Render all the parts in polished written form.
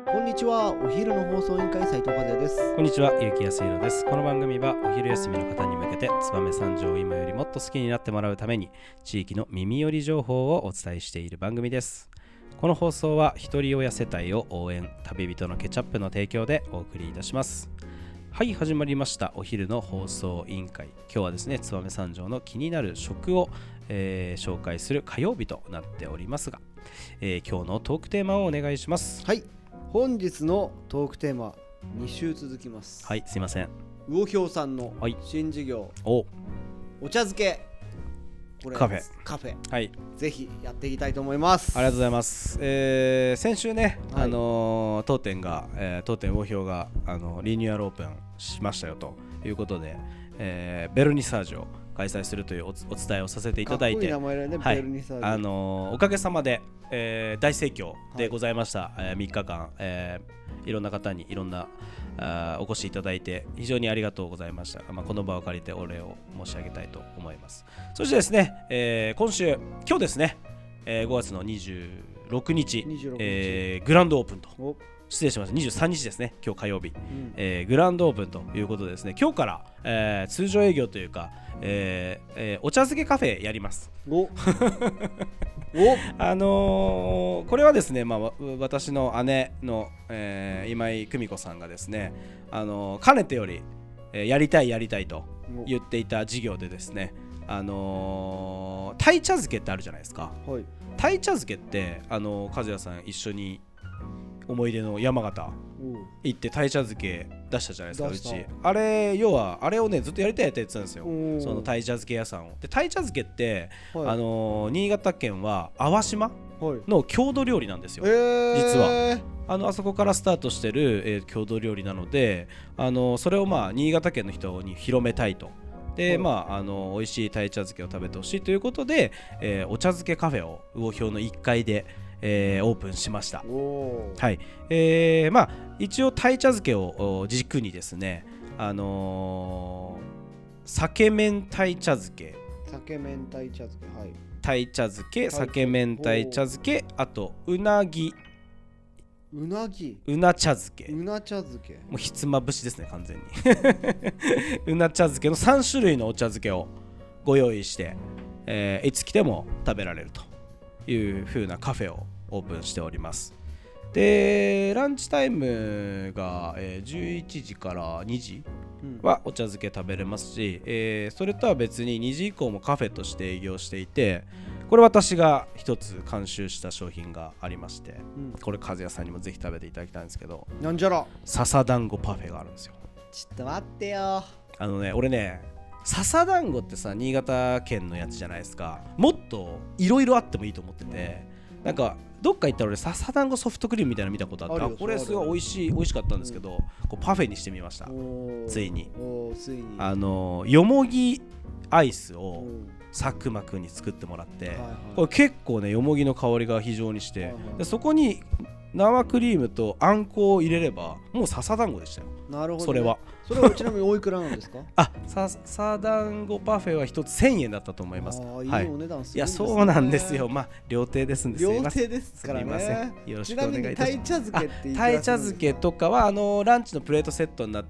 こんにちは。お昼の放送委員会斉藤和也です。 こんにちは、結城康弘です。この番組はお昼休みの方に向けて燕三条を今よりもっと好きになってもらうために地域の耳寄り情報をお伝えしている番組です。この放送は一人親世帯を応援、旅人のケチャップの提供でお送りいたします。はい、始まりましたお昼の放送委員会。今日はですね、燕三条の気になる食を、紹介する火曜日となっておりますが、今日のトークテーマをお願いします。 はい、本日のトークテーマ2週続きます。 はい、すいません。 魚氷さんの新事業、 お茶漬け、これカフェ、はい、 ぜひやっていきたいと思います。 ありがとうございます。先週ね、はい、当店魚氷がリニューアルオープンしましたよということで、ベルニサージュを開催するという お伝えをさせていただいて、 かっこいい名前だね、 はい、 ベルニサージュ。 おかげさまで、大盛況でございました。3日間、いろんな方にいろんなお越しいただいて非常にありがとうございました。この場を借りてお礼を申し上げたいと思います。そしてですね、今日ですね、5月の26日、グランドオープンと、失礼しました、23日ですね、今日火曜日、グランドオープンということでですね、今日から、通常営業というか、お茶漬けカフェやります。これはですね、私の姉の、今井久美子さんがですね、かねてより、やりたいと言っていた事業でですね、鯛茶漬けってあるじゃないですか。はい、鯛茶漬けって和也さん一緒に思い出の山形行って鯛茶漬け出したじゃないですか。うちあれをねずっとやりたいって言ってたんですよ、その鯛茶漬け屋さんを。で鯛茶漬けって、はい、新潟県は粟島の郷土料理なんですよ、実はあそこからスタートしてる、郷土料理なので、それを新潟県の人に広めたいと。で美味しい鯛茶漬けを食べてほしいということで、お茶漬けカフェを魚氷の1階でオープンしました。はい、一応鯛茶漬けを軸にですね、酒明太茶漬け、はい、鯛茶漬け、酒明太茶漬け、あとうな茶漬け、もうひつまぶしですね完全にうな茶漬けの3種類のお茶漬けをご用意して、いつ来ても食べられるという風なカフェをオープンしております。でランチタイムが、11時から2時はお茶漬け食べれますし、それとは別に2時以降もカフェとして営業していて、これ私が一つ監修した商品がありまして、これ和也さんにもぜひ食べていただきたいんですけど、 なんじゃら笹団子パフェがあるんですよ。 ちょっと待ってよ。 俺ね、笹団子ってさ新潟県のやつじゃないですか。もっといろいろあってもいいと思ってて、なんかどっか行ったら俺笹団子ソフトクリームみたいなの見たことあって、これすごい美味しかったんですけど、こうパフェにしてみました。ついによもぎアイスを佐久間くんに作ってもらって、これ結構ねよもぎの香りが非常にして、でそこに生クリームとあんこを入れればもう笹団子でしたよ。 なるほど、ね、 それはちなみにおいくらなんですか？ 笹団子パフェは一つ1000円だったと思います。 いいお値段するんですね。 いやそうなんですよ。料亭ですんです。 料亭ですからね。 すみません。よろしくお願いいたします。 鯛茶漬けって鯛茶漬けとかはランチのプレートセットになって、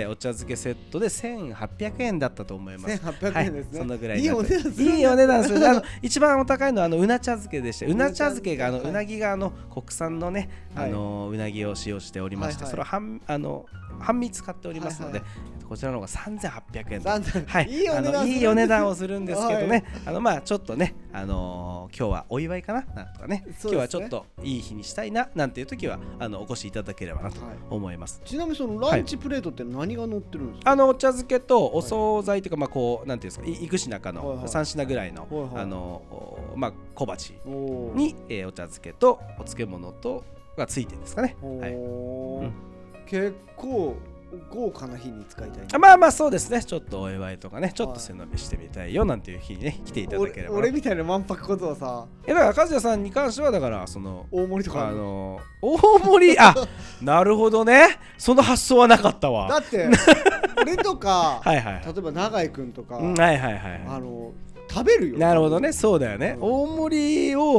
お茶漬けセットで1800円だったと思います。 1800円ですね。 そんなぐらいいいお値段する。 いいお値段する。一番お高いのはうな茶漬けでして、うな茶漬けがうなぎが国産のねうなぎを使用しておりまして、それを半身使っておりますので、こちらの方が3800円と、いいお値段をするんですけどね、ちょっとね、今日はお祝いかななんとかね、今日はちょっといい日にしたいななんていう時はお越しいただければなと思います。 ちなみにそのランチプレートって何が乗ってるんですか？ お茶漬けとお惣菜というか、こうなんていうんですか、いくしなかの3品ぐらいの小鉢にお茶漬けとお漬物とがついてるんですかね。 結構豪華な日に使いたい。 そうですね。ちょっとお祝いとかね、ちょっと背伸びしてみたいよなんていう日にね来ていただければ。 俺みたいな満腹ことはさ、 だから和也さんに関してはだからその大盛りとか大盛りなるほどね。その発想はなかったわ。 だって俺とか例えば永井くんとか食べるよ。 なるほどね。そうだよね。大盛りを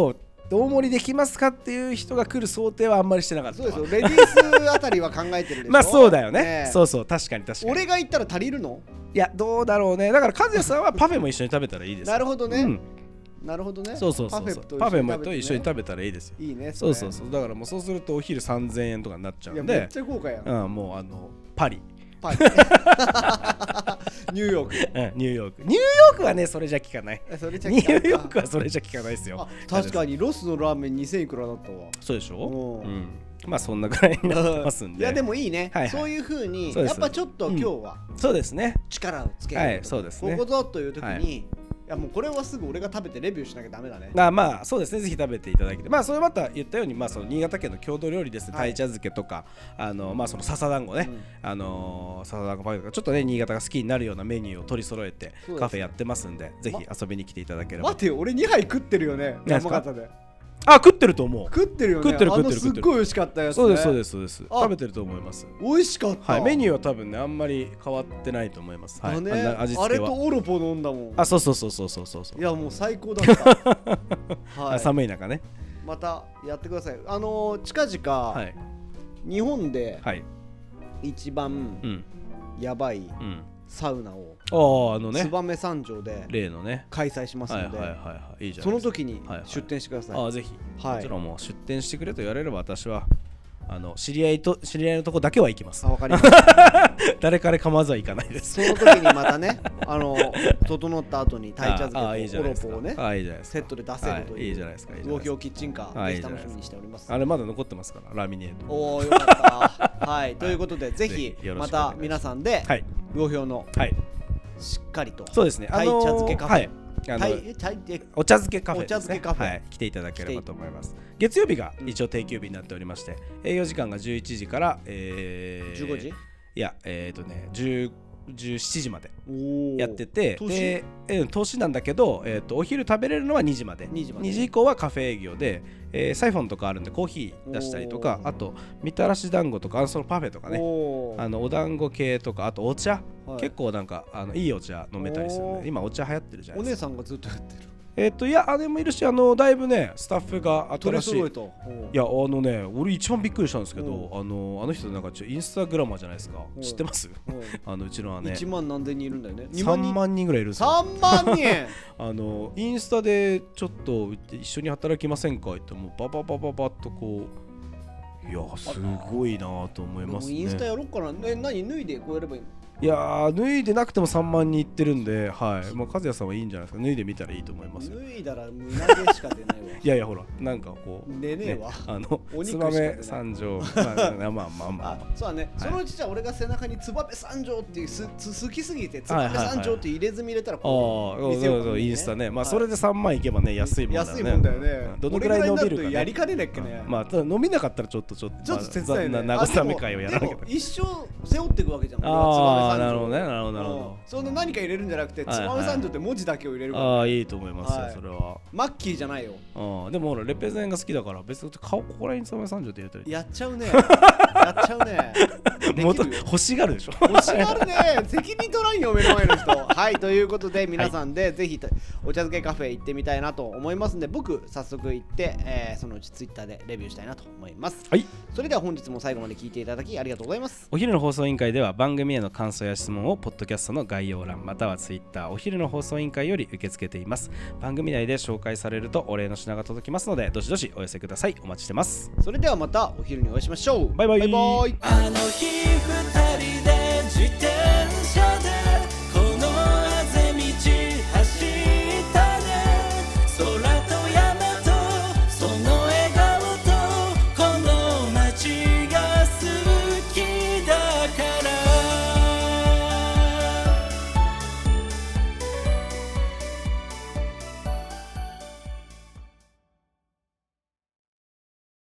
大盛りできますかっていう人が来る想定はあんまりしてなかった。 そうですよ、レディースあたりは考えてるでしょまあそうだよね。そうそう、確かに確かに。 俺が行ったら足りるの？ いや、どうだろうね。だから和也さんはパフェも一緒に食べたらいいですよ。 なるほどね、 うん、 なるほどね。 そうそうそうそう、パフェもと一緒に食べたらいいですよ。 いいね。 そうそうそう。だからもうそうするとお昼3000円とかになっちゃうんで。 いやめっちゃ豪華やん。 うん、もうパリニューヨーク、 ニューヨークはね、それじゃ効かない。ニューヨークはそれじゃ効かないですよ。 確かにロスのラーメン2000いくらだったわ。 そうでしょ。うん、まあそんなぐらいになってますんで。 いやでもいいね、そういう風にやっぱちょっと今日はそうですね、 力をつける、 はい、そうですね、 ここぞという時に、いやもうこれはすぐ俺が食べてレビューしなきゃダメだね。 まあそうですね、ぜひ食べていただきて、まあそれまた言ったように、まあその新潟県の郷土料理ですね、鯛茶漬けとかまあその笹団子ね、笹団子パフェとかちょっとね新潟が好きになるようなメニューを取り揃えてカフェやってますんで、ぜひ遊びに来ていただければ。 待てよ、俺2杯食ってるよね、山形で。 食ってると思う。 食ってるよね。すっごい美味しかったやつね。 そうですそうですそうです。食べてると思います。 美味しかった。 はい、メニューは多分ねあんまり変わってないと思います。はい。 あれとオロポ飲んだもん。 そう。いやもう最高だった。 はい。寒い中ね。 またやってください。近々日本で一番やばいサウナを燕三条で例のね開催しますので、その時に出店してください。 ぜひ。もちろんもう出店してくれと言われれば私は知り合いのとこだけは行きます。 わかりました。 誰彼構わずは行かないです。 その時にまたね、整った後に鯛茶漬けとオロポをねセットで出せるという。 いいじゃないですか。 東京キッチンカーぜひ楽しみにしております。 あれまだ残ってますからラミネート。 おお、よかった。はい、ということでぜひまた皆さんで魚評のしっかりとそうですね、 鯛茶漬けカフェ、 お茶漬けカフェですね、来ていただければと思います。月曜日が一応定休日になっておりまして、営業時間が11時から 15時、 いや17時までやってて、投資なんだけど、お昼食べれるのは2時まで、2時以降はカフェ営業で、サイフォンとかあるんでコーヒー出したりとか、あとみたらし団子とかそのパフェとかね、お団子系とか、あとお茶、結構なんかいいお茶飲めたりするんで、今お茶流行ってるじゃないですか。 お姉さんがずっとやってる。 いや姉もいるし、だいぶねスタッフが新しい。いや俺一番びっくりしたんですけど、あの人なんかインスタグラマーじゃないですか。知ってます？うちの姉 1万何千人いるんだよね。 3万人ぐらいいるんですよ。 3万人インスタでちょっと一緒に働きませんかってもうババッとこう、いやすごいなと思いますね。 インスタやろうかな。何脱いでこうやればいいの？ いや脱いでなくても3万人いってるんで、はい、まあ和也さんはいいんじゃないですか。脱いでみたらいいと思いますよ。 脱いだら胸毛しか出ないわ。 いやほらなんかこう出ねえわ。 燕三条、まあそうだね。そのうちじゃ俺が背中に燕三条っていう好きすぎて燕三条って入れ墨入れたらインスタね。まあそれで3万いけばね安いもんだよね。 安いもんだよね。 どのくらい伸びるかね。 やりかねないっけね。 まあ伸びなかったらちょっと手伝いね。 慰め会をやらなきゃ。 一生背負っていくわけじゃん。 なるほどね。 そんな何か入れるんじゃなくて燕三条って文字だけを入れるから。 いいと思いますよそれは。 マッキーじゃないよ。 でもほらレペゼンが好きだから別に顔ここら辺に燕三条って入れたり。 やっちゃうね。やっちゃうね。 欲しがるでしょ。 欲しがるね。責任取らんよ目の前の人。はい、ということで皆さんでぜひお茶漬けカフェ行ってみたいなと思いますんで、僕早速行ってそのうちツイッターでレビューしたいなと思います。はい。それでは本日も最後まで聞いていただきありがとうございます。 お昼の放送委員会では番組への感想や質問をポッドキャストの概要欄またはツイッターお昼の放送委員会より受け付けています。番組内で紹介されるとお礼の品が届きますのでどしどしお寄せください。お待ちしてます。 それではまたお昼にお会いしましょう。 バイバイ。 バイバイ。あの日二人で自転